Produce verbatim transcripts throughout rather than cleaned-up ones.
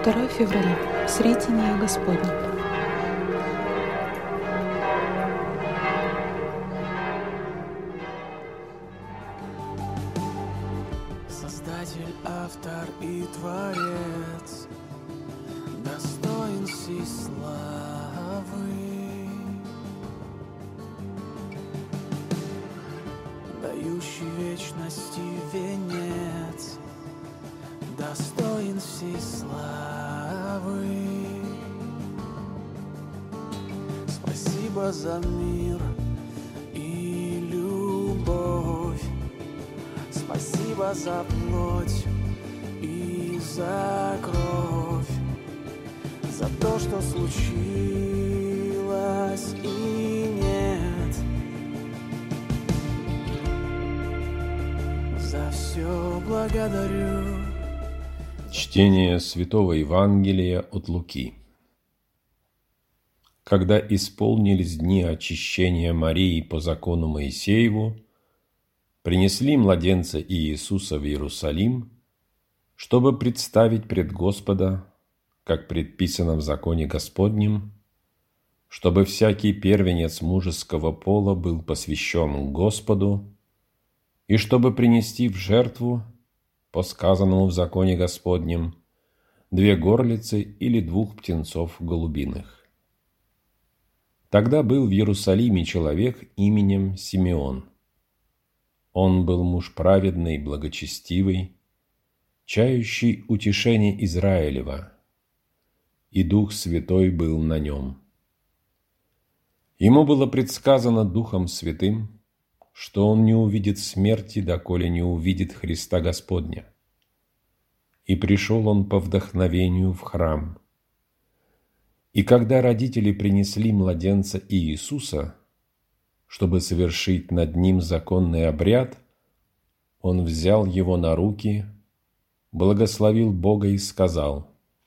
второе февраля. Сретение Господне. Создатель, автор и творец, достоин всей славы, дающий вечности венец, достоин всей славы. Спасибо за мир и любовь, спасибо за плоть и за кровь, за то, что случилось и нет, за все благодарю. Чтение Святого Евангелия от Луки. Когда исполнились дни очищения Марии по закону Моисееву, принесли младенца Иисуса в Иерусалим, чтобы представить пред Господа, как предписано в законе Господнем, чтобы всякий первенец мужеского пола был посвящен Господу, и чтобы принести в жертву, по сказанному в законе Господнем, две горлицы или двух птенцов голубиных. Тогда был в Иерусалиме человек именем Симеон. Он был муж праведный, благочестивый, чающий утешение Израилева, и Дух Святой был на нем. Ему было предсказано Духом Святым, что он не увидит смерти, доколе не увидит Христа Господня. И пришел он по вдохновению в храм. И когда родители принесли младенца Иисуса, чтобы совершить над ним законный обряд, он взял его на руки, благословил Бога и сказал: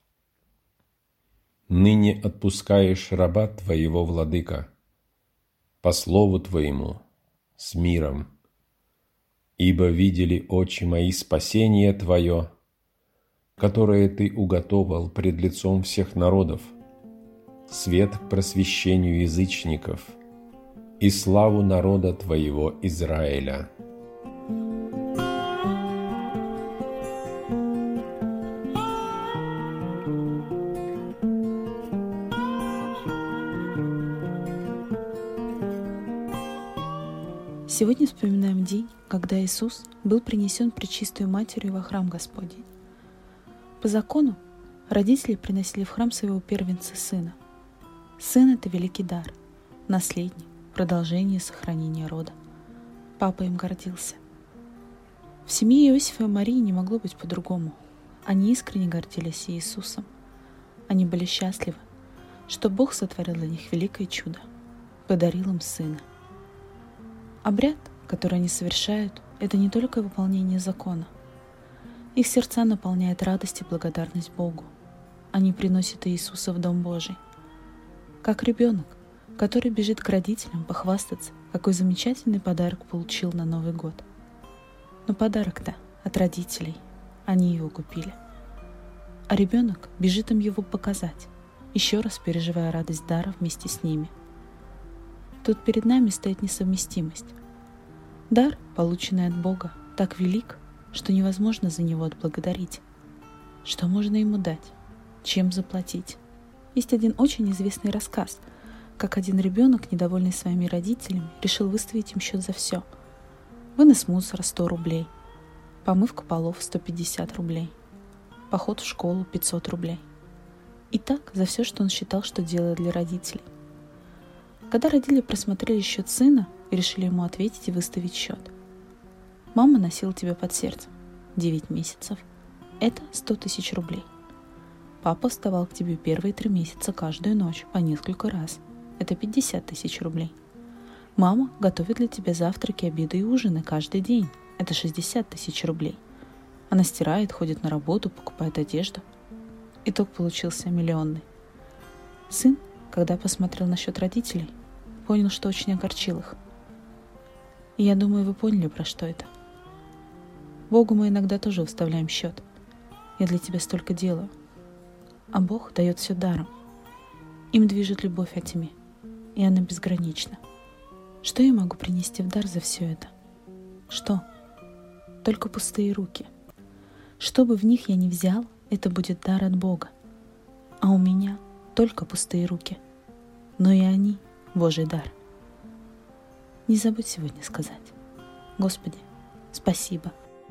«Ныне отпускаешь раба Твоего, Владыка, по слову Твоему, с миром, ибо видели очи мои спасение Твое, которое Ты уготовал пред лицом всех народов, свет к просвещению язычников и славу народа Твоего Израиля». Сегодня вспоминаем день, когда Иисус был принесен Пречистою Матерью во храм Господень. По закону родители приносили в храм своего первенца сына. Сын — это великий дар, наследник, продолжение сохранения рода. Папа им гордился. В семье Иосифа и Марии не могло быть по-другому. Они искренне гордились Иисусом. Они были счастливы, что Бог сотворил для них великое чудо, подарил им сына. Обряд, который они совершают, это не только выполнение закона. Их сердца наполняет радость и благодарность Богу. Они приносят Иисуса в Дом Божий. Как ребенок, который бежит к родителям похвастаться, какой замечательный подарок получил на Новый год. Но подарок-то от родителей, они его купили. А ребенок бежит им его показать, еще раз переживая радость дара вместе с ними. Тут перед нами стоит несовместимость. Дар, полученный от Бога, так велик, что невозможно за него отблагодарить. Что можно ему дать? Чем заплатить? Есть один очень известный рассказ, как один ребенок, недовольный своими родителями, решил выставить им счет за все. Вынос мусора — сто рублей, помывка полов — сто пятьдесят рублей, поход в школу — пятьсот рублей. И так за все, что он считал, что делает для родителей. Когда родители просмотрели счет сына и решили ему ответить и выставить счет. Мама носила тебя под сердцем девять месяцев. Это сто тысяч рублей. Папа вставал к тебе первые три месяца каждую ночь по несколько раз. Это пятьдесят тысяч рублей. Мама готовит для тебя завтраки, обеды и ужины каждый день. Это шестьдесят тысяч рублей. Она стирает, ходит на работу, покупает одежду. Итог получился миллионный. Сын, когда посмотрел на счет родителей, понял, что очень огорчил их. И я думаю, вы поняли, про что это. Богу мы иногда тоже выставляем счет. Я для тебя столько делаю. а Бог дает все даром. Им движет любовь о тьме, и она безгранична. Что я могу принести в дар за все это? Что? Только пустые руки. Что бы в них я ни взял, это будет дар от Бога. А у меня только пустые руки. Но и они — Божий дар. Не забудь сегодня сказать: Господи, спасибо.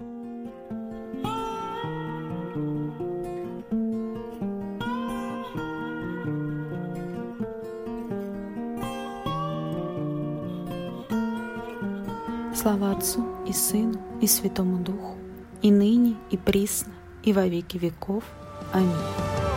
Слава Отцу и Сыну и Святому Духу, и ныне, и присно, и во веки веков. Аминь.